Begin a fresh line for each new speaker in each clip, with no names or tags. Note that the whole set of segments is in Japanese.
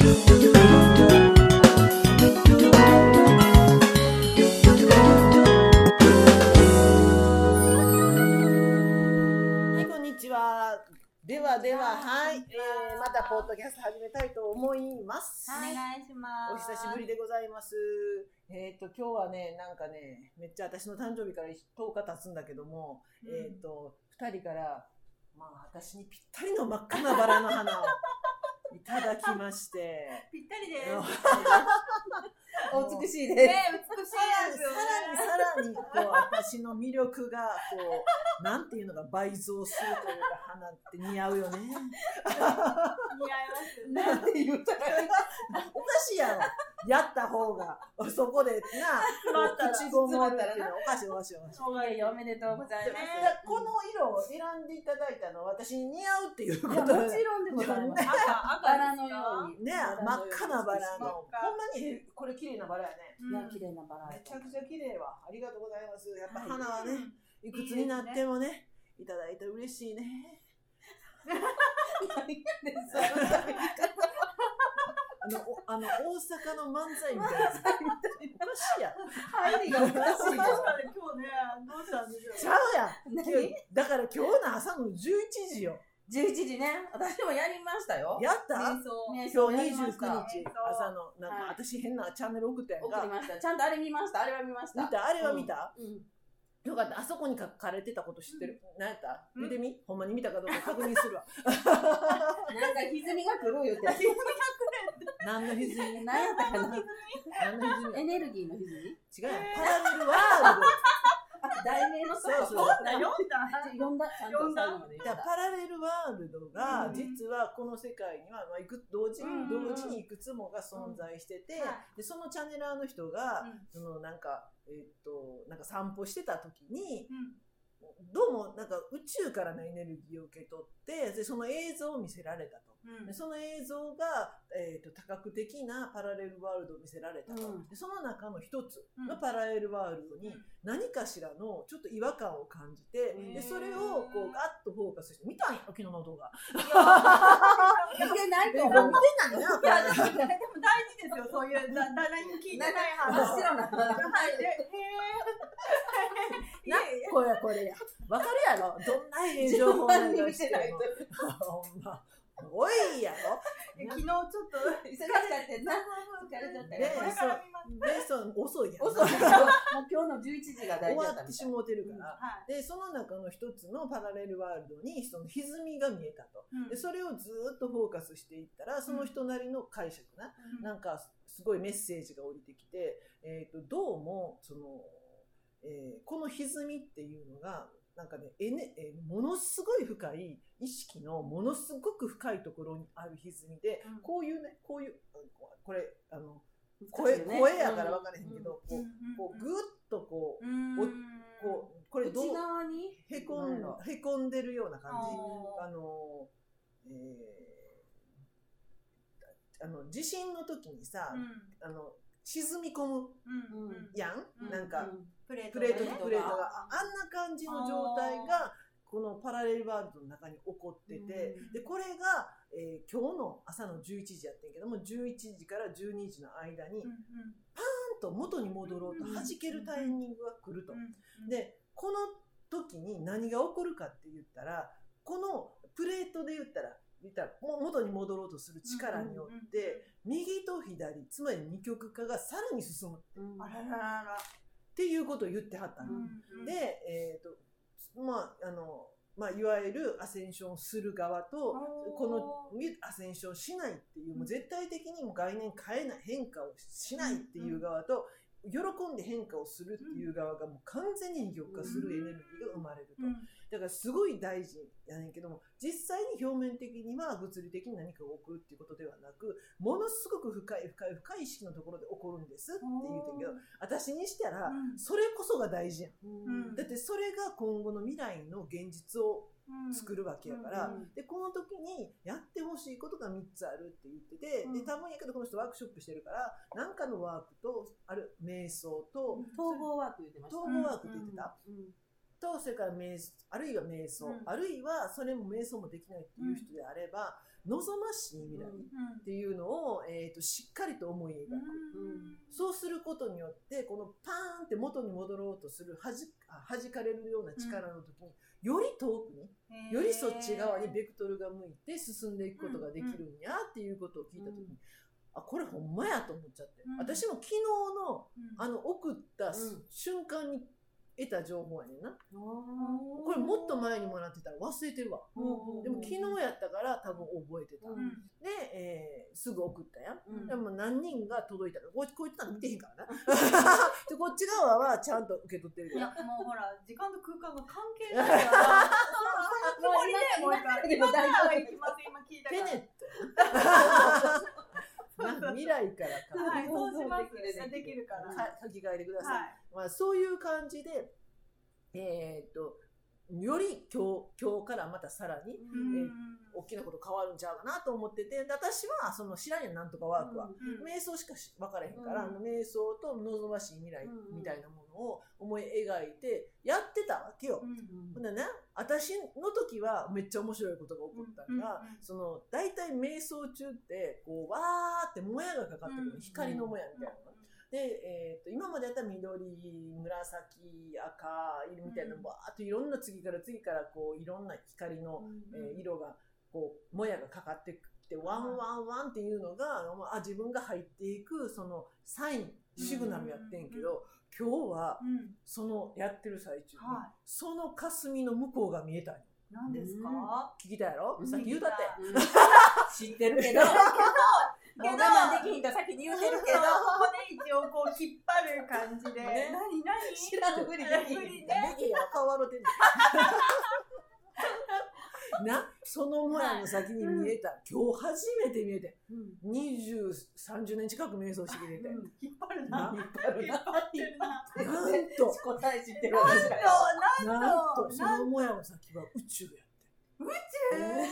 はい、またポッドキャスト始めたいと思います。
お願いします。
お久しぶりでございます。今日はね、なんかね、めっちゃ私の誕生日から10日経つんだけども、2人から、まあ私にぴったりの真っ赤なバラの花をいただきまして。
ぴったりです。
お美しいです。
ね、美しいですよね。
さらにこう私の魅力がこうなんていうのが倍増するというか、花って似合うよね。似合い
ますね。
なんて言うたらおかしいやろ。やった方がそこでな口ごもるっていうのおかしいおかしいおかしい。
おめでとうございます。
この色を選んでいただいたのは私に似合うっていうことで。
もちろんでございます。赤バラのように
ね、真っ赤なバラのほんまにこれ綺麗なバラやね。
いや綺麗なバラ。
めちゃくちゃ綺麗わ。ありがとうございます。やっぱ花はね、いくつになってもね、いただいて嬉しいね。大阪の漫才みたいな。おかしいや。
入りがおかしいよ。
今日ね、どうしたんでしょう。
ちゃうやん。だから今日の朝の11時よ。
11時ね。私もやりましたよ。
やった？今日29日朝のなんか私変なチャンネル送ったやんか。
送りました。ちゃんとあれ見ました。あれは見ました。
見た？あれは見た？よかった。あそこに書かれてたこと知ってる？何やった？見てみ？ほんまに見たかどうか確認するわ。
なんか歪みが来る言って。
何の歪み？
何やったかな？
何の歪み？
エネルギーの歪み？
違うやん。パラレルワールド。
題名の
そう
読んだちゃんと最後まで読んだ。
パラレルワールドが実はこの世界には同時にいくつもが存在してて、でそのチャンネラーの人がそのなんか散歩してた時にどうもなんか宇宙からのエネルギーを受け取ってでその映像を見せられたと。でその映像が、多角的なパラレルワールドを見せられたと。でその中の一つのパラレルワールドに何かしらのちょっと違和感を感じて、でそれをこうガッとフォーカスして見たんや昨日の動画。
見てないと思う。
見てないな。
でも大事ですよ、そういう誰にも聞いてない話。
真っ白な話。
これや。わかるやろ。どんな情報なんかしてるの。ほんま。おいやろ。
昨日ちょっと
忙しかったな。疲れちゃったよ。
遅いやん。
遅い。もう今日の11時が大事だった。
終わってしもうてるから。でその中の一つのパラレルワールドにその歪みが見えたと。でそれをずっとフォーカスしていったらその人なりの解釈な、なんかすごいメッセージが降りてきて、どうもその、この歪みっていうのがなんかね、ものすごい深い意識のものすごく深いところにある歪みで、こういうこれ声やから分からへんけど、こうぐっとこれどう
内側に
へこんでるような感じ。地震の時にさ、沈み込むやん、なんかプレートがあんな感じの状態がこのパラレルワールドの中に起こってて、でこれが、今日の朝の11時やってんけども、11時から12時の間にパーンと元に戻ろうと弾けるタイミングが来ると。でこの時に何が起こるかって言ったら、このプレートで言ったら元に戻ろうとする力によって右と左、つまり二極化がさらに進むっていうことを言ってはったの。で、いわゆるアセンションする側とこのアセンションしないっていう、もう絶対的にも概念変えない、変化をしないっていう側と喜んで変化をするっていう側がもう完全に二極化するエネルギーが生まれると。だからすごい大事やねんけども、実際に表面的には物理的に何かが起こるっていうことではなく、ものすごく深い意識のところで起こるんですって言うてんけど、私にしたらそれこそが大事やん。だってそれが今後の未来の現実を作るわけやから、でこの時にやってほしいことが3つあるって言ってて、で多分やけどこの人ワークショップしてるから何かのワークとある瞑想と
統合ワーク言ってました。
統合ワークって言ってた、とそれからあるいは瞑想、あるいはそれも瞑想もできないっていう人であれば、 望ましい未来っていうのを、しっかりと思い描く、そうすることによってこのパーンって元に戻ろうとする弾かれるような力の時に、より遠くによりそっち側にベクトルが向いて進んでいくことができるんやっていうことを聞いた時に、あ、これほんまやと思っちゃって、私も昨日の送った瞬間に得た情報やねんな。これもっと前にもらってたら忘れてるわ。でも昨日やったから多分覚えてた。で、すぐ送ったやん。でも何人が届いたの、こいつなんか見てへんからな。でこっち側はちゃんと受け取ってる
やん。いやもうほら時間と空間が関係ないから。もう今から行きます。今聞いたから。
テネット。未来から
はい、そうします。できるから。
書き換えてください。まあそういう感じで、より今日からまたさらに、大きなこと変わるんちゃうかなと思ってて、私はその知らんやんなんとかワークは、瞑想しか分からへんから、瞑想と望ましい未来みたいなものを思い描いてやってたわけよ。ほんでね、私の時はめっちゃ面白いことが起こったのが、その大体瞑想中ってこうわーってもやがかかってくる、光のもやみたいなの。で、今までやったら緑、紫、赤みたいな、バーっといろんな次からこういろんな光の、色がこうもやがかかってきて、ワンワンワンっていうのが、自分が入っていくそのサイン、シグナルやってんけど、今日はそのやってる最中に、その霞の向こうが見えたんよ。
何ですか？
聞きたいやろ？さっき言うたって。
知ってるけど。もう我慢できひんと先に言うてるけど、
ここで一応こう引っ張る感じで、何
知らんふりできひん
ね。できへんわ、顔笑ってんねん。な、そのもやの先に見えた、今日初めて見えて、20、30年近く瞑想してくれて。
引っ張るな。
引っ張るな。
なんと答え知ってる。
なんと、そのもやの先は宇宙やって。
宇宙？
知ってる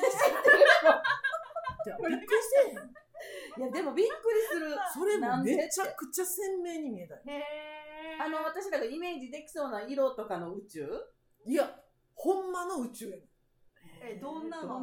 よ。びっくりしてん。
いやでもびっくりする。
それもめちゃくちゃ鮮明に見えた。
私らがイメージできそうな色とかの宇宙？
いや、ほんまの宇宙やね。
どんなの？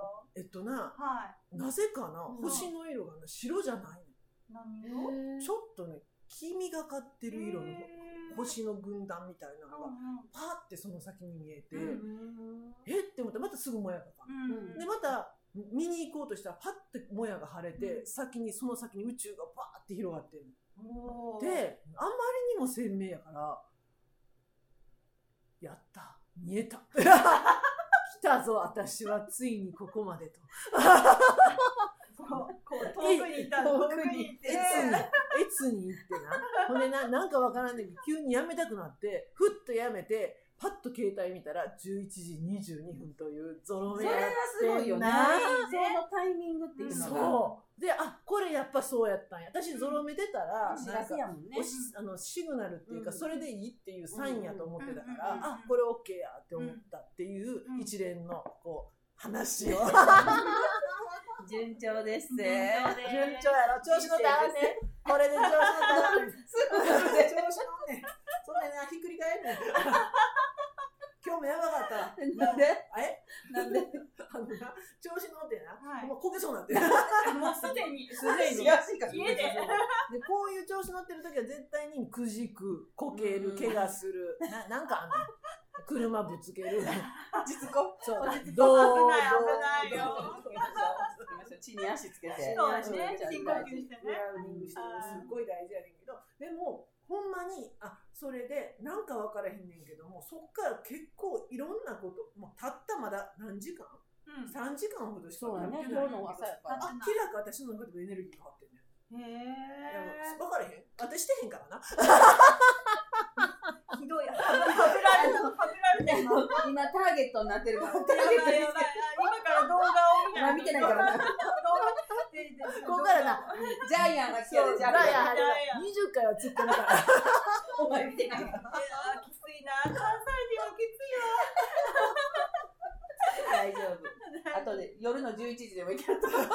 なぜかな、星の色が白じゃないの。
何色？
ちょっとね、黄みがかってる色の星の軍団みたいなのがパーってその先に見えて、って思ったらまたすぐもやがかかる。でまた見に行こうとしたらパッてもやが晴れて、その先に宇宙がバーって広がってる。であまりにも鮮明やからやった、見えた来たぞ私はついにここまでと
こう遠くに行ったの、遠くに行って
越に行ってな、ほんでなんかわからんねんけど急にやめたくなってふっとやめてパッと携帯見たら11時22分というゾロ目やってんな。
それがすごいよね。そのタイミングっていうのが。
そうで、これやっぱそうやったんや。私ゾロ目出たら
知らせやもんね。
シグナルっていうか、それでいいっていうサインやと思ってたから、これ OK やって思ったっていう一連のこう話を
順調です。順
調やろ。調子乗ってあんね。これで調子乗ってあんね。すぐ調子乗んねん。そんなにひっくり返んねん。今日もやばかった。
なんで？
なんで？調子乗ってな。もうこけそうになって。
もうすでに
家で。こういう調子乗ってる時は絶対にくじく、こける、怪我する、なんかあんの。車ぶつける。
実行。
そう。
危ないよ。
地に足つけて。
そうですね。深呼吸してね。
グラウンディングしてすごい大事やねんけど、でもほんまにそれでなんか分からへんねんけども、そっから結構いろんなこと、もうたったまだ何時間？3時間ほどしか経ってない。
今日の朝やから。
明らか私の中でもエネルギーが張ってんねん。分からへん？私してへんからな。
ひどい。はぶられてんの。
今ターゲットになってるから。
今から動画を
見てないからな。
ここからな、
ジャイアンが来てる。
ジャイアン20回は突っ込むから。
お前見てないから。
きついな。関西人はきつい
わ。大丈夫。あとで夜の11時でもいけると思う。いける。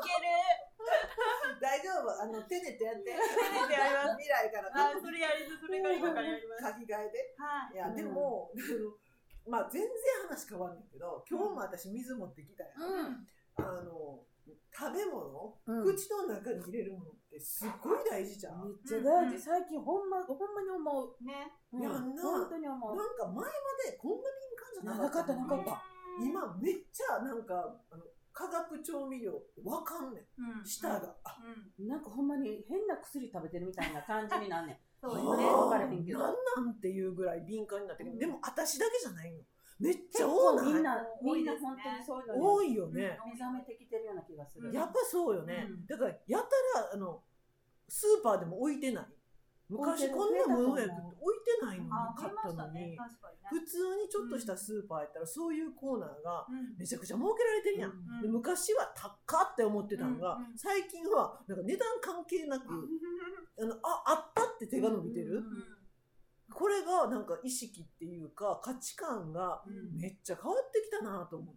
大丈夫。テネットやって。
テネットやります。
未来から。
それから今からやります。
書き換えで。いやでもまあ全然話変わんねんけど、今日も私水持ってきたやん。 食べ物、
うん
口の中に入れるものってすごい大事じゃん。
めっちゃ大事。最近ほんまに思う。
ね。
うん
やんな
本当に思う。
なんか前までこんな敏感じゃ
なかったなかった。
今めっちゃなんか化学調味料わかんねん。舌が。
なんかほんまに変な薬食べてるみたいな感じになんねん。
そうよね。
分からへんけど。
なんなんっていうぐらい敏感になってる。でも私だけじゃないの。めっち
結
ゃ多い
構みんな本当にそういうの
多いよね。
目覚めてきてるような気がする。
やっぱそうよね。だからやたらスーパーでも置いてない。昔こんな無農薬って置いてないのに買ったのに、普通にちょっとしたスーパーやったらそういうコーナーがめちゃくちゃ設けられてるやん。で昔は高って思ってたのが、最近はなんか値段関係なくあったって手が伸びてる。これがなんか意識っていうか価値観がめっちゃ変わってきたなと思って。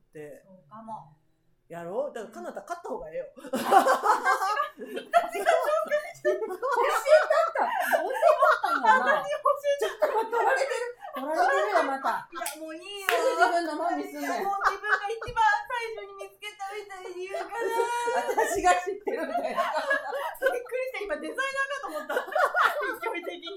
そうかも。
やろうだからかなた買った方がええよ。
取られてるよまた。
いやもういいよ。
自分のもんにすんねん。
もう自分が一番最初に見つけたみたいに言うから。
私が知ってるみたいな。
びっくりして今デザイナーかと思った。勢い的に。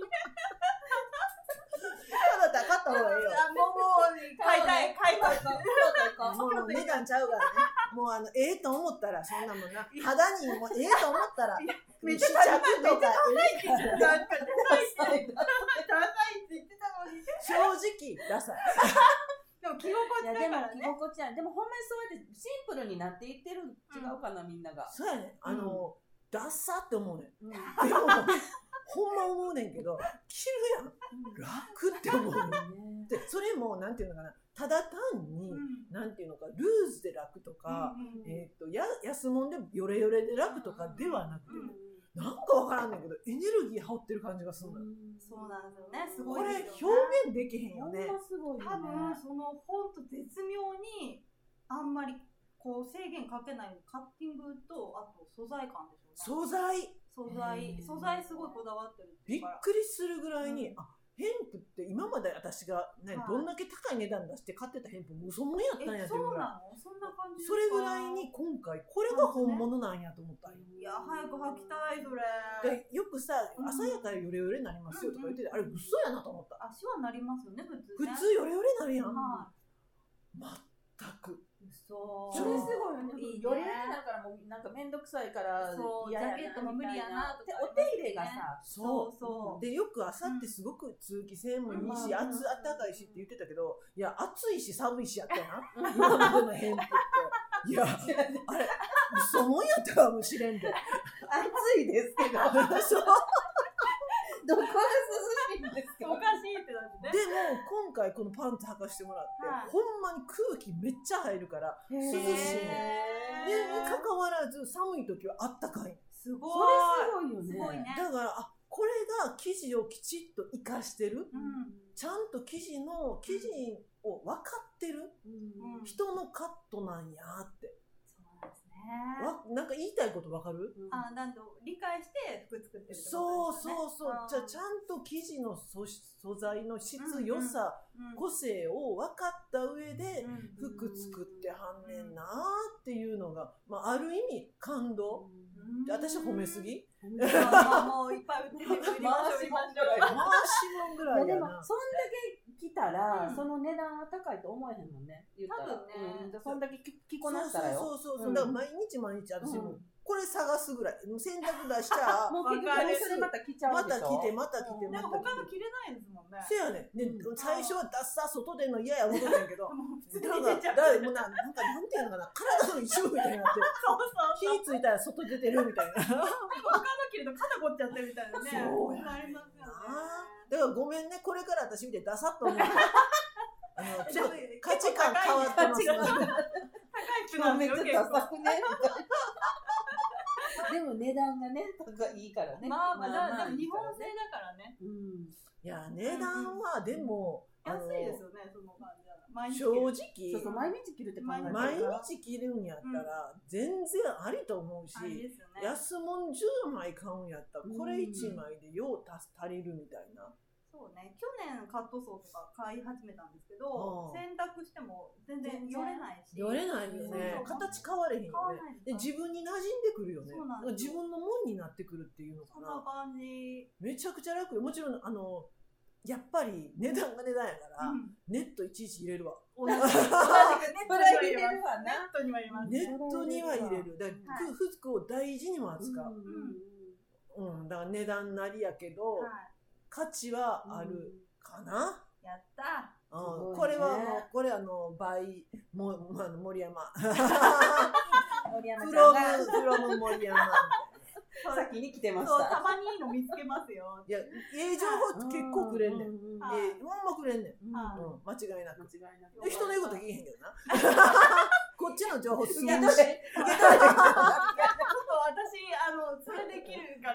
かなた買った方がええよ。
もう買いたい。
もう値段ちゃうからね。もうええと思ったらそんなもんな。肌にもええと思ったら。
めっ
試着
ちゃ
とか
高いって言ってた。なんか高いって言ってたのに。
正直ダサい。
でも着心地だからね。
でも着心地や。でもほんまにそうやってシンプルになっていってる違うかなみんなが。
そうやね。ダサって思うねん。でもほんま思うねんけど着るやん。楽って思うねん。でそれもなんていうのかな。ただ単に、なんていうのかルーズで楽とか、安物でヨレヨレで楽とかではなくて、なんかわからんねんけどエネルギー羽織ってる感じがするのよ。
そうなんですよね。すご
これ
いです
表
よね。
現できへんよね。
多分そのほんと絶妙にあんまりこう制限かけないカッティングとあと素材感でしょうね。素材すごいこだわってるって
びっくりするぐらいに、ヘンプって今まで私が、どんだけ高い値段出して買ってたヘンプも嘘もんやったんやっていうぐらい。
そんな感じ。
それぐらいに今回これが本物なんやと思ったんよ。
いや早く履きたいそれ。
でよくさ朝やからヨレヨレになりますよとか言ってて、あれ嘘やなと思った。
足はなりますよね普通ね。
普通ヨレヨレなるやん。全く。
そ
れすごいよね。ヨレヨレだからもうなんかめんどくさいから
ジャケットも無理やなって
お手入れがさ。
そうでよく朝ってすごく通気性もいいしあったかいしって言ってたけど、いや暑いし寒いしやったな今までのヘンプって。いやあれ嘘もんやったかもしれんで。
暑いですけど。
そう
どこが涼しいんですか。
おかしいってなってね。
でも今回このパンツ履かしてもらって、ほんまに空気めっちゃ入るから涼しいね。でにかかわらず寒い時はあったかい。
すごい。
それすごいよね。
だからこれが生地をきちっと生かしてる、ちゃんと生地を分かってる、人のカットなんやって。なんか言いたいことわかる？
なんと理解して服作ってるってことです
そう。じゃあちゃんと生地の素材の質良さ、個性を分かった上で服作ってはんねんなっていうのが、ある意味感動。私褒めすぎ？
もういっぱい売ってる。回しもん
ぐらいやな。
でもそんだけ来たらその値段は高いと思えへんもんね。言ったら。そんだけ着こなしたらよ。
そう。だから毎日私もこれ探すぐらい。洗濯出したら
もう結局それまた着ちゃうでしょ。
また着て。
でも他の着れないですもんね。
せやねん。最初はダッサ外での嫌や思ったんやけど、なんかなんていうのかな、体の一部みたいになって、火ついたら外出てるみたいな。
他の着ると肩凝っちゃってるみたいなね。
そうや
なりますよね。
だからごめんね、これから私見てダサっと思う。ちょっと価値観変わってます。
高い
めっちゃダサくね。でも値段がね、いいからね。
でも日本製だからね。
いや、値段はでも、
安いですよね、その感じは。
正直、
毎日着るって考えたら
毎日着るんやったら、全然ありと思うし、安物10枚買うんやったら、これ1枚でよう足りるみたいな。
そうね、去年カットソーとか買い始めたんですけど、洗濯しても全然よれないし。
よれないよね。形変われへんよね。で、自分に馴染んでくるよね。自分のもんになってくるっていうのかな。
そんな感じ。
めちゃくちゃ楽よ。もちろん、やっぱり値段が値段やから、ネットいちいち入れるわ。
同じくネットには入れるわ。ネットには入れます。
ネットには入れる。だから服を大事にも扱う。だから値段なりやけど、価値はあるかな。
やった。
これはもう、これ倍、森山。フロム森山。
先に来てました。
そう、たまにいいの見つけますよ。
いや、情報結構くれんねん。ほんまくれんねん。間違いなく。人の言うこと聞いへんけどな。こっちの情報すぎるし。
私、それできるから。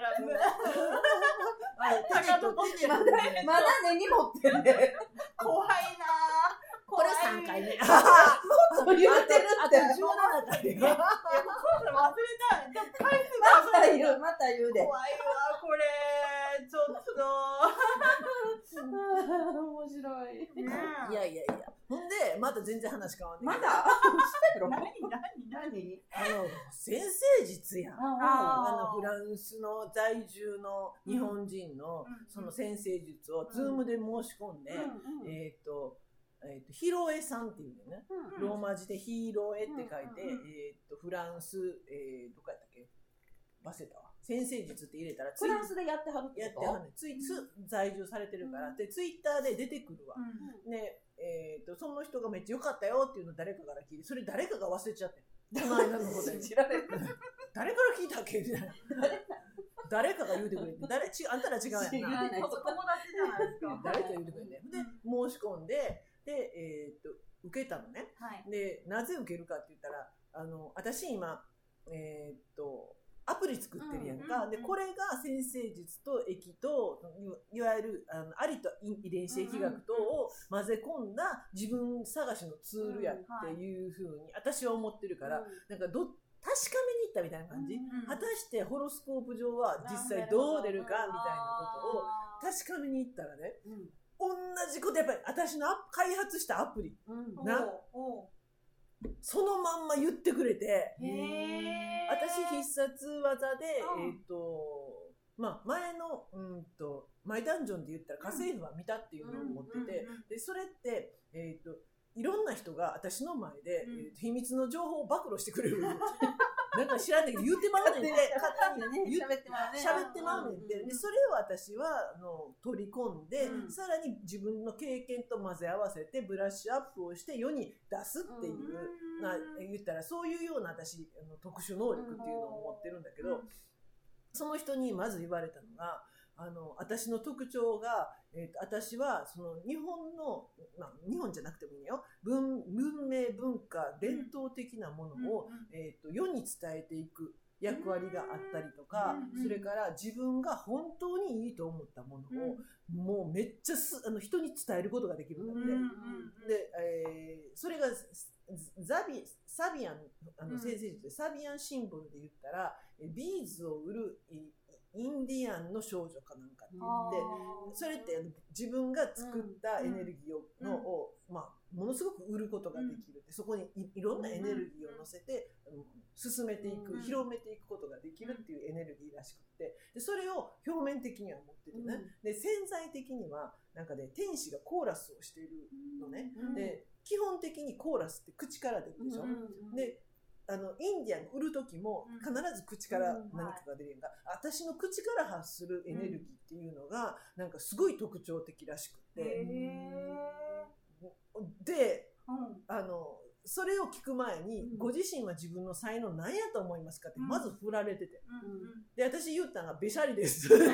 まだ根に持ってるね。
怖いな。
これ3回目。
そう言ってるって。
17回目。
忘れた。でも回数
また言うで。
怖いわ、これ。ちょっと。
面白い。
いや。ほんで、また全然話変わんねん。
まだ
何
先生術や。フランスの在住の日本人のその先生術をズームで申し込んで、ヒロエさんっていうね、ローマ字でヒーロエって書いて、フランス、どこやったっけ忘れたわ。先生術って入れたら
フランスでやってはるってこと？
やってはんねん。在住されてるから。で、ツイッターで出てくるわ。で、その人がめっちゃ良かったよっていうのを誰かから聞いて、それ誰かが忘れちゃってこの間のことに。誰から聞いたっけみたいな。誰かが言うてくれて、あんたら違うやんな。
友達じゃないですか。
誰か言うてくれて。で、申し込んで、で、受けたのね。で、なぜ受けるかって言ったら、私今、アプリ作ってるやんか。で、これが先生術と液と、いわゆる、アリと遺伝子疫学等を混ぜ込んだ自分探しのツールやっていうふうに、私は思ってるから、なんか確かめに行ったみたいな感じ。果たしてホロスコープ上は実際どう出るかみたいなことを確かめに行ったらね、同じことやっぱり私の開発したアプリな、そのまんま言ってくれて、私必殺技で、前の、マイダンジョンで言ったら家政婦は見たっていうのを持ってて、で、それって、いろんな人が私の前で、秘密の情報を暴露してくれる。なんか知らんねんけど言ってまうねんで、勝手に喋ってまうねんで、で、それを私は取り込んで、さらに自分の経験と混ぜ合わせてブラッシュアップをして世に出すっていう、言ったらそういうような私特殊能力っていうのを持ってるんだけど、その人にまず言われたのが、私の特徴が、私はその日本の、日本じゃなくてもいいよ、文明文化伝統的なものを、世に伝えていく役割があったりとか、それから自分が本当にいいと思ったものを、もうめっちゃ人に伝えることができるんだって。で、それがサビアン先生術でサビアンシンボルで言ったら、ビーズを売るインディアンの少女かなんかって言って、それって自分が作ったエネルギーをものすごく売ることができるって、そこにいろんなエネルギーを乗せて進めていく、広めていくことができるっていうエネルギーらしくて、でそれを表面的には持っててね、で潜在的にはなんかね、天使がコーラスをしているのね、で基本的にコーラスって口から出るでしょ、でインディアン売る時も必ず口から何かが出るやんか、私の口から発するエネルギーっていうのがなんかすごい特徴的らしくて、で、それを聞く前に、ご自身は自分の才能何やと思いますかってまず振られてて、で私言ったのがべしゃりですよく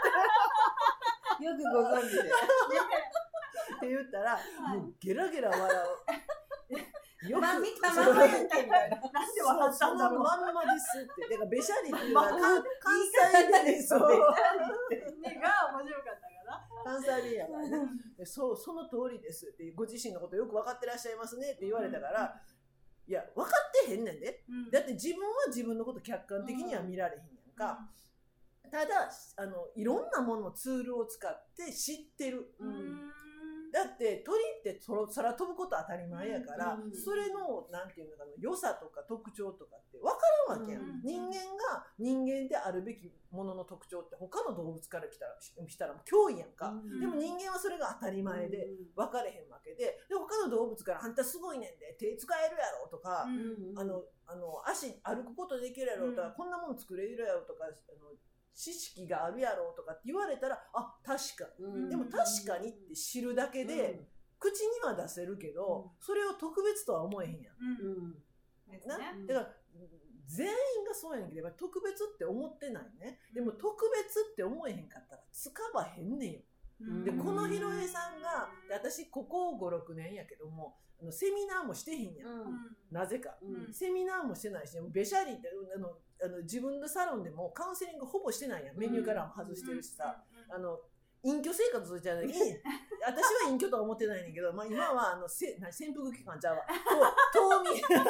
ご存知で
って言ったら、もうゲラゲラ笑う。よく
見たままやんけみたいな。
なんで笑ったんだろう。
そのまんまですって。だからべしゃりっていうのは関西弁でそう。
ねが面白かったかな。
関西弁やからね。その通りですって、ご自身のことよく分かってらっしゃいますねって言われたから、いや分かってへんねんで。だって自分は自分のこと客観的には見られへんやんか。 ただいろんなものツールを使って知ってる。だって鳥って空飛ぶこと当たり前やから、それのなんていうのかな、良さとか特徴とかって分からんわけやん。人間が人間であるべきものの特徴って他の動物からしたら脅威やんか。でも人間はそれが当たり前で分かれへんわけで、他の動物からあんたすごいねんで手使えるやろとか、足歩くことできるやろとか、こんなもん作れるやろとか、知識があるやろうとかって言われたら、あ、確かに。でも確かにって知るだけで、口には出せるけど、それを特別とは思えへんやん。だから、全員がそうやねんけど、特別って思ってないね。でも特別って思えへんかったら使わへんねんよ。で、このひろえさんが、私ここ5、6年やけども、セミナーもしてへんやん。なぜか。セミナーもしてないし、べしゃりって、自分のサロンでもカウンセリングほぼしてないやん。メニューからも外してるしさ。隠居生活じゃない。私は隠居とは思ってないねんけど、まあ今は潜伏期間ちゃうわ。冬眠。潜伏期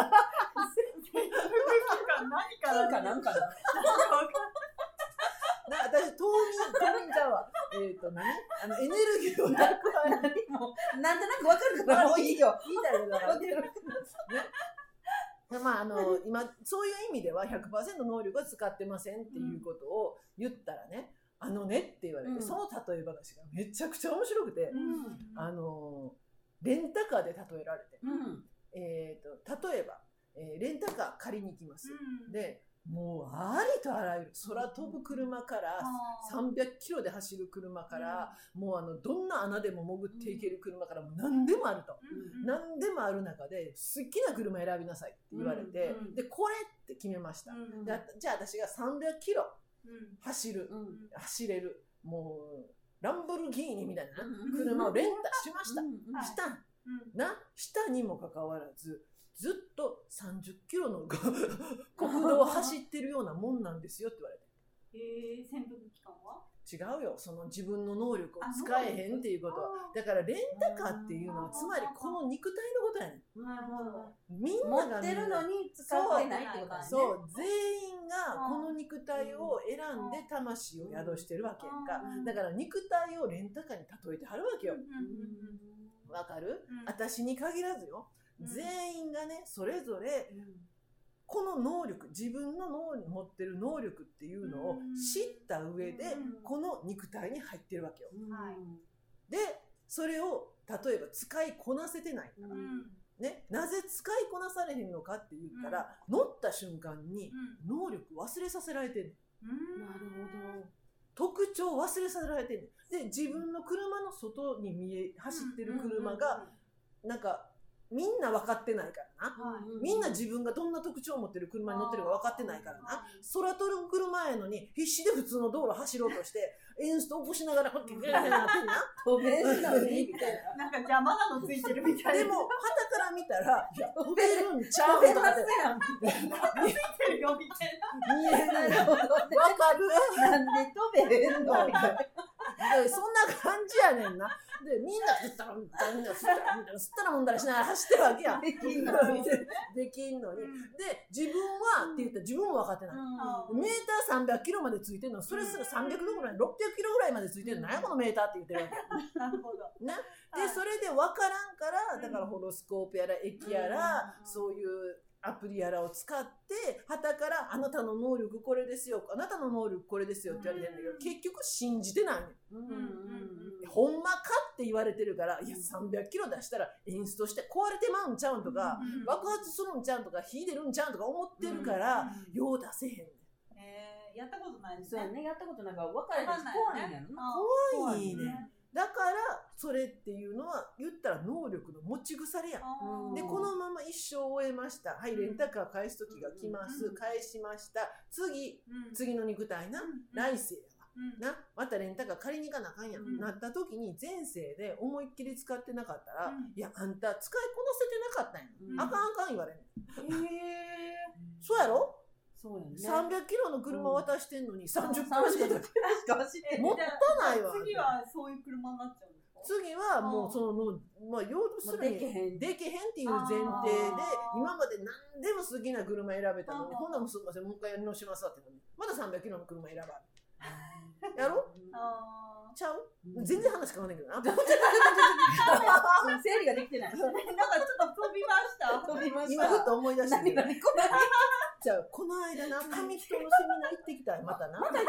間何かな。
私、冬眠ちゃうわ。エネルギーをなくは
なんとなくわかるからもういいよ。
いいだろうな。まあ今そういう意味では 100% 能力は使ってませんっていうことを言ったらね、って言われて、その例え話がめちゃくちゃ面白くて、レンタカーで例えられて、例えば、レンタカー借りに行きます。でもうありとあらゆる空飛ぶ車から300キロで走る車からもうどんな穴でも潜っていける車からもう何でもあると、何でもある中で好きな車選びなさいって言われて、でこれって決めました。じゃあ私が300キロ走れるもうランボルギーニみたいな車をレンタしました。したにもかかわらずずっと30キロの国道を走ってるようなもんなんですよって言われて。
潜伏期間は
違うよ。その自分の能力を使えへんっていうことは。だからレンタカーっていうのはつまりこの肉体のことやねん。みんなが
持ってるのに使ってないってことだね。
そう、全員がこの肉体を選んで魂を宿してるわけやんか。だから肉体をレンタカーに例えてはるわけよ。わかる？私に限らずよ。全員がね、それぞれこの能力、自分の持ってる能力っていうのを知った上でこの肉体に入ってるわけよ。でそれを例えば使いこなせてないから、ね、なぜ使いこなされへんのかって言ったら、乗った瞬間に能力忘れさせられてる。
なるほど。
特徴忘れさせられてる。で自分の車の外に走ってる車がなんかみんな分かってないからな、みんな自分がどんな特徴を持ってる車に乗ってるか分かってないからな、空飛ぶ車やのに必死で普通の道路走ろうとしてエンスト起こしながらこうやってなってんな
飛べるのにみたいな、
なんか邪魔なのついてるみたいな。
でも旗から見たら飛べるんちゃうとかって
ついてるよみたいな
見えない。分かる？
なんで飛べるのみたいな。
そんな感じやねんな。でみんな吸ったらみたいな吸ったらもんだらしながら走ってるわけやん。できんのに。で自分はって言ったら自分も分かってない。メーター300キロまでついてるの、それすら300キロぐらい600キロぐらいまでついてるの、何やこのメーターって言ってるわけや。
なるほど。
ね。でそれで分からんからだからホロスコープやら駅やらそういうアプリやらを使って旗からあなたの能力これですよ、あなたの能力これですよって言われてるんだけど、結局信じてないねん。ほんまかって言われてるから、いや300キロ出したらエンストして壊れてまうんちゃうんとか、爆発するんちゃうんとか火出るんちゃうんとか思ってるから、よう出せへんねん。
やったことないです
ね。そうね、やったことないから分からない。怖いんやろな。
怖いね。だからそれっていうのは言ったら能力の持ち腐れやん。でこのまま一生終えました。はい、レンタカー返す時が来ます。返しました。次の肉体な、来世やわ。な、またレンタカー借りに行かなあかんやん。なった時に前世で思いっきり使ってなかったら、いやあんた使いこなせてなかったんや。あかんあかん言われん。そうやろ？そうやね。300キロの車渡してんのに30キロしか走ってもったないわ。
次はそういう車になっちゃうんですか？
次はもうそのまあ要するにできへんっていう前提で今まで何でも好きな車選べたのに、ほんならすみませんもう一回やり直しますわってまだ300キロの車選ばれ。 やろちゃう全然話変わんないけどな。
整理ができてない。
なんかちょっと飛びました。
今ふっと思い出したけど。じゃあこの間な紙人のセミナー行ってきたいまたな。で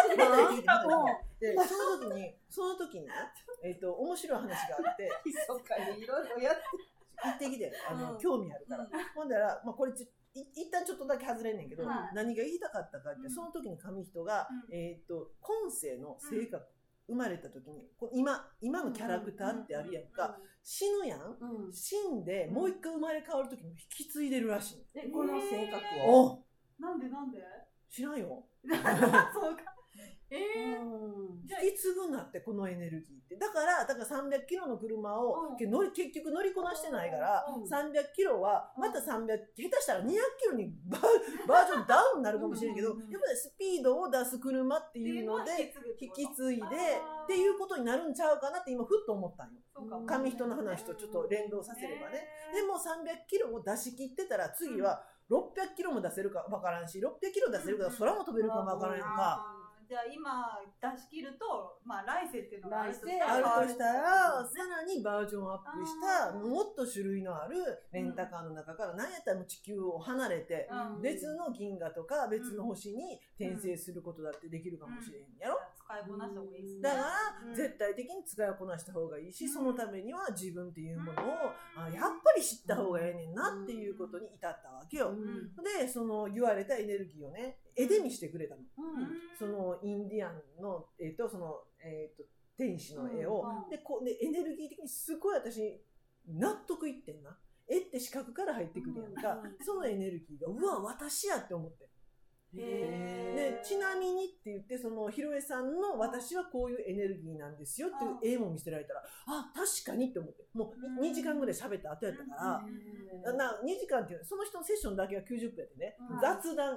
その時に面白い話があって。
そうかねいろいろやって
行ってきて興味あるから。ほんだらこれ一旦ちょっとだけ外れんねんけど、何が言いたかったかってその時に紙人が今世の性格生まれた時に今のキャラクターってあるやんか、死ぬやん、死んでもう一回生まれ変わる時に引き継いでるらしい。
この性格を
なんで
知らんよ。
そうか。
引き継ぐんだってこのエネルギーって。だから300キロの車を結局乗りこなしてないから300キロはまた300下手したら200キロにバージョンダウンになるかもしれんけど、やっぱりスピードを出す車っていうので引き継いでっていうことになるんちゃうかなって今ふっと思ったんよ。紙人の話とちょっと連動させればね。でも300キロを出し切ってたら次は600キロも出せるかわからんし、600キロ出せるから空も飛べるかもわからんやんか。
じゃあ今出し切ると、来世っていうのが
あるとしたら、さらにバージョンアップしたもっと種類のあるレンタカーの中から何やったらもう地球を離れて別の銀河とか別の星に転生することだってできるかもしれへんやろ。
使いこなした方がいいですね。
だから絶対的に使いこなした方がいいし、そのためには自分っていうものをやっぱり知った方がええねんなっていうことに至ったわけよ。でその言われたエネルギーをね絵で見してくれたの。そのインディアンの天使の絵をでエネルギー的にすごい私納得いってんな。絵って視覚から入ってくるやんか。そのエネルギーがうわ私やって思って。でちなみにって言ってそのひろえさんの私はこういうエネルギーなんですよっていう絵も見せられたら確かにって思ってもう2時間ぐらい喋った後やったから2時間っていうその人のセッションだけは90分やってね雑談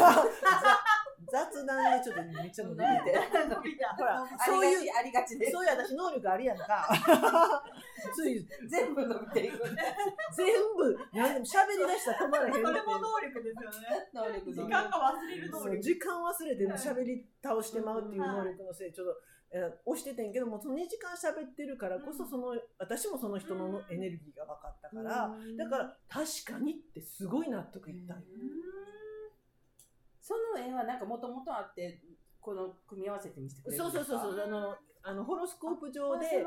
雑談でちょっとめっちゃ伸びてほらそういう
ありがちです。
そういう私能力ありやんかつい
全部伸びていく
全部何でも喋り出したら止まらへんって
それも能力ですよね。
能力
時間が忘れる能力。
時間忘れて喋り倒してまうっていう能力のせいちょっと押しててんけどもその2時間喋ってるからこそ私もその人のエネルギーが分かったからだから確かにってすごい納得いったんよ。
その絵はなんかもともとあってこの組み合わせて見せてくれるんですか？
そうホロスコープ上で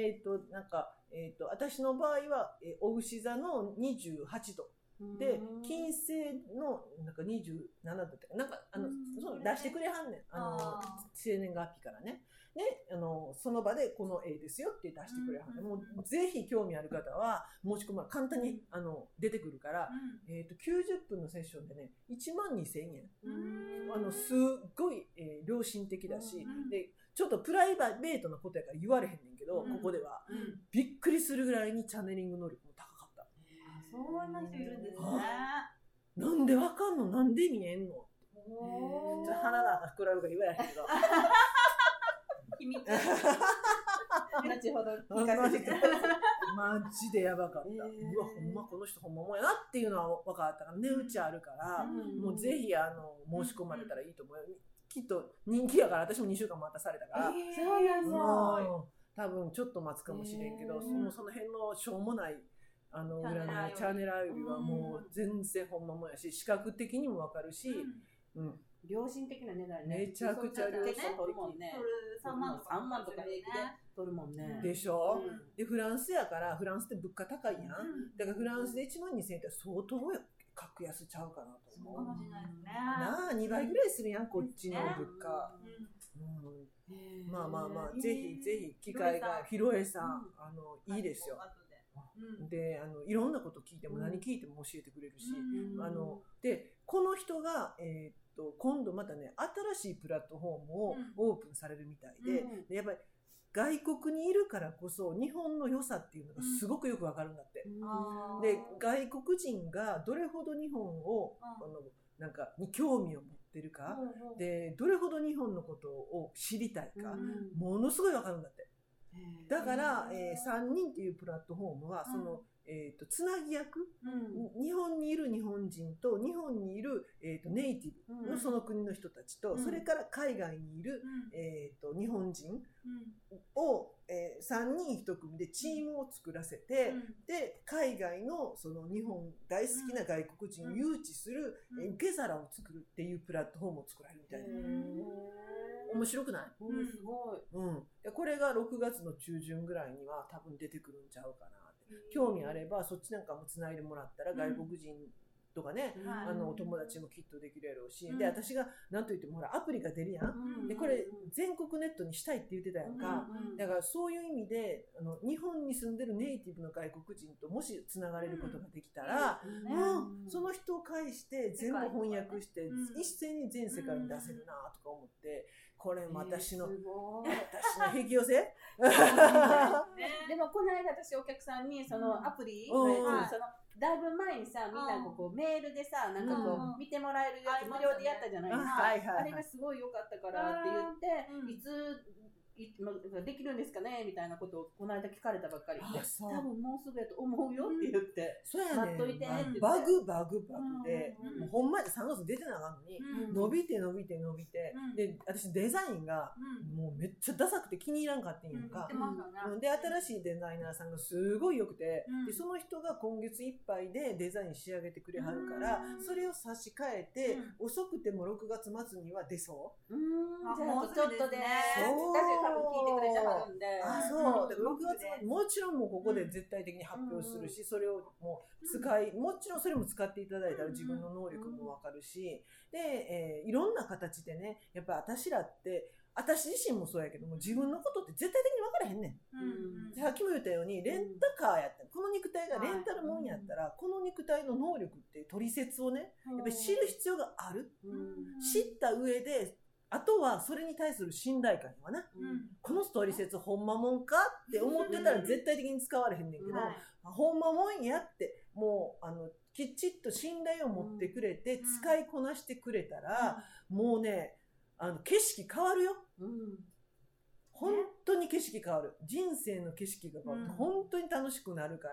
私の場合はお牛座の28度で金星のなんか27度ってなんかそう出してくれはんねん生年月日からね。でその場でこの絵ですよって出してくれはんねん。もうぜひ興味ある方は申し込ま簡単に出てくるから90分のセッションでね12,000円すっごい良心的だしでちょっとプライベートなことやから言われへんねんけどここではびっくりするぐらいにチャネリング能力も高かった。
そうな人いるんですね。
なんでわかんのなんで見えんのちょっと鼻が膨らむから言わやけど
秘密
後ほど聞かせてください。
マジでやばかった。うわほんまこの人ほんまもんやなっていうのは分かったから値打ちあるからもうぜひ申し込まれたらいいと思うよ。きっと人気やから私も2週間待たされたから
そうなんだ。
多分ちょっと待つかもしれんけどその辺のしょうもない占いチャンネルよりはもう全然ほんまもんやし視覚的にも分かるし
良心的な値段ね。
めちゃくちゃ良心的。
取るもんね。3万とか平気で取るもんね。
でしょ、でフランスやからフランスって物価高いやん、だからフランスで12,000円って相当格安ちゃうかなと思う。
かもしれないですね。
なあ2倍ぐらいするやんこっちの物価。まあぜひぜひ機会がひろえさんいいですよ。でいろんなこと聞いても何聞いても教えてくれるしでこの人が今度またね新しいプラットフォームをオープンされるみたいで、やっぱり外国にいるからこそ日本の良さっていうのがすごくよくわかるんだって。で外国人がどれほど日本をなんかに興味を持ってるかでどれほど日本のことを知りたいかものすごいわかるんだって。だから、3人っていうプラットフォームはそのつなぎ役、日本にいる日本人と日本にいる、ネイティブのその国の人たちと、それから海外にいる、日本人を、3人1組でチームを作らせて、で海外のその日本大好きな外国人を誘致する、受け皿を作るっていうプラットフォームを作られるみたいな。面白くない？
すごい。
これが6月の中旬ぐらいには多分出てくるんちゃうかなって。興味あればそっちなんかもつないでもらったら、外国人とかね、お友達もきっとできるやろうし、で私が何と言ってもほらアプリが出るやん、でこれ全国ネットにしたいって言ってたやんか、だからそういう意味で日本に住んでるネイティブの外国人ともしつながれることができたら、その人を介して全部翻訳して一斉に全世界に出せるなとか思って、これも私の引き寄せ
でもこの間私お客さんにそのアプリのやつ、だいぶ前にさ、みんなこうメールでさ、なんかこう見てもらえるやつ無料でやったじゃないですか。あれがすごい良かったからって言って、いつできるんですかねみたいなことをこの間聞かれたばっかりで、多分もうすぐやと思うよって言って、待っといてって言って、
バグで、もうほんまに3月出てなかったのに、伸びて、で私デザインがもうめっちゃダサくて気に入らんかってんやんか、で新しいデザイナーさんがすごい良くて、でその人が今月いっぱいでデザイン仕上げてくれはるから、それを差し替えて、遅くても6月末には出そう。
じゃあちょっとで多分聞いてくれてはるんで、
そうで6月はもちろんもうここで絶対的に発表するし、それをもうもちろんそれも使っていただいたら自分の能力も分かるし、で、いろんな形でね、やっぱ私らって私自身もそうやけども、自分のことって絶対的に分からへんねん。さっきも言ったようにレンタカーやったら、この肉体がレンタルもんやったら、この肉体の能力って取説をね、やっぱり知る必要がある。知った上であとはそれに対する信頼感はな、この取説ほんまもんかって思ってたら絶対的に使われへんねんけど、ほんまもんやってもうきっちっと信頼を持ってくれて、使いこなしてくれたら、もうね景色変わるよ、本当に景色変わる、人生の景色が変わる、本当に楽しくなるから、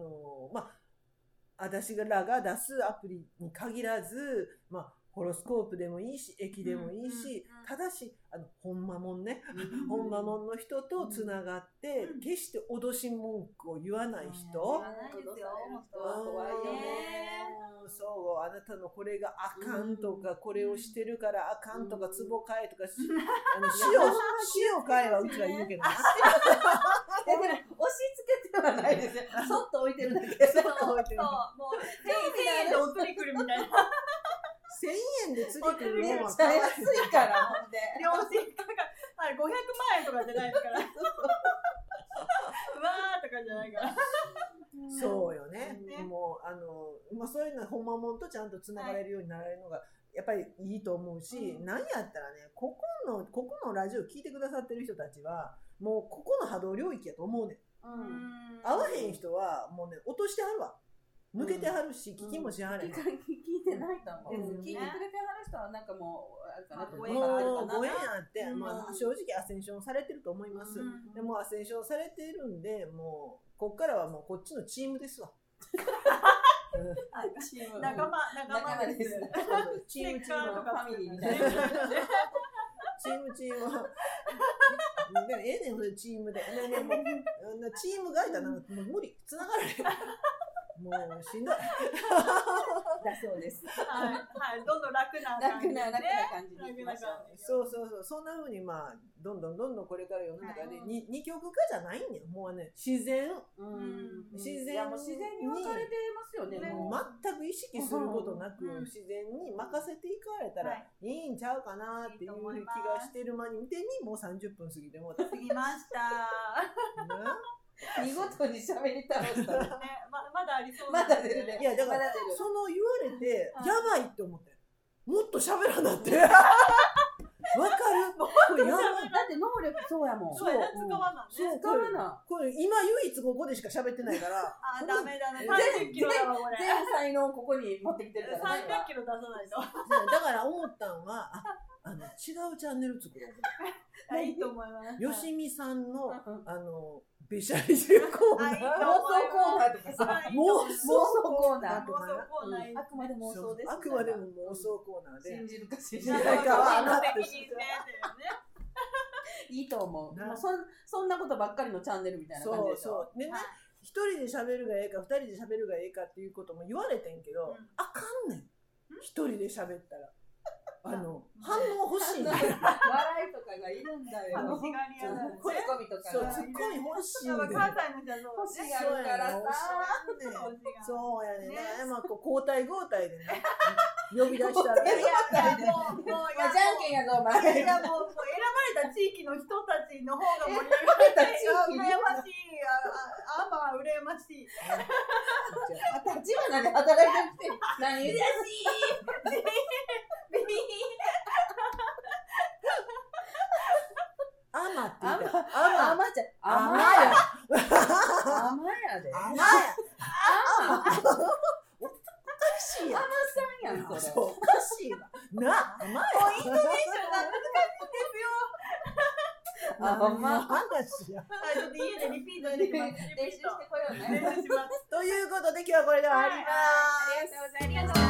私らが出すアプリに限らず、ホロスコープでもいいし、駅でもいいし、ただしほんまもんね、ほんまもんの人とつながって、決して脅し文句を言わない人、
怖いよね。
そう、あなたのこれがあかんとか、これをしてるからあかんとか、壺買えとか、塩買えはうちは言うけどな。
でも押し付けてはないですよ。そっと置いてるだけ。
そう、もう1000円でお釣り来るみたいな。
1000円で釣り来る
のは安いから、ほんで。
両親とか、500万円とかじゃないから。うわーとかじゃないから。
そうよね。もうそういうのはほんまもんとちゃんとつながれるようになられるのがやっぱりいいと思うし、何やったらね、ここのラジオ聞いてくださってる人たちはもうここの波動領域やと思うねん。合わへん人はもうね落としてはるわ。抜けてはるし、聞きもしはれへん。
聞いてないと思う。聞いてくれてはる人はなんかもうあれかなと思う。
ご縁あって、正直アセンションされてると思います。でもアセンションされているんで、もうこっからはもうこっちのチームですわ。
仲間です。
チームファミリーみたいな。
チーム。でもええねん、それチームで。チームがいたらもう無理。繋がらへん。もうしんどい。
だそうです。
はい、どんどん楽な感じに
いきましょう。
そう、そんな風にどんどんこれから世の中で二極化じゃないんや。もうね、自然に
分かれてますよね。
全く意識することなく自然に任せていかれたらいいんちゃうかなっていう気がしてる間に見てみ、もう30分過ぎても
過ぎました。
見事に喋り倒したね。
まだありそう。
まだ出るね。
いやだからその言われてやばいって思って、もっと喋らなって。わかる。これやばい。
だって能力そうやもん。
そうやな、使わな。
使わな。
これ今唯一ここでしか喋ってないから。
ダメ。30キロだわこれ。
全才能ここに持ってきてるから。
300キロ出さないと。
だから思ったんは違うチャンネル作ろう。
いいと思います。
よしみさんのべしゃり汁コーナー、
妄想コーナーとかさ、
妄想
コーナー
とか、
あくまで妄想です。
あくまでも妄想コーナーで、
信じるか信じないかはあなたです。いいと思う。そんなことばっかりのチャンネルみたいな感じでしょ。
そうでね、一人で喋るがええか、二人で喋るがええかっていうことも言われてんけど、あかんねん。一人で喋ったら。反応欲しいね。
笑いとかがいるんだよ。
楽しがり屋だ。
ツッコミとか。
そう、ツッコミ欲しいね。
関西の人は
欲しがるからさ。
そうやね。まあ交代交代でね。呼び出したら。
もうじゃんけんやぞお前。
いやもう選ばれた地域の人たちの方が盛り上がって羨ましい。羨ましい。
立花で働いてるくせに何言うてるし。
甘って言った。
甘やで。
おかしいやん。
甘さんやんそれ。
おかしいわ。甘や。
イントネーションが難しいんですよ。
話や。
ちょっと家でリピートしてきます。
練習してこようね。
ということで今日はこれで終わります。
ありがとうございます。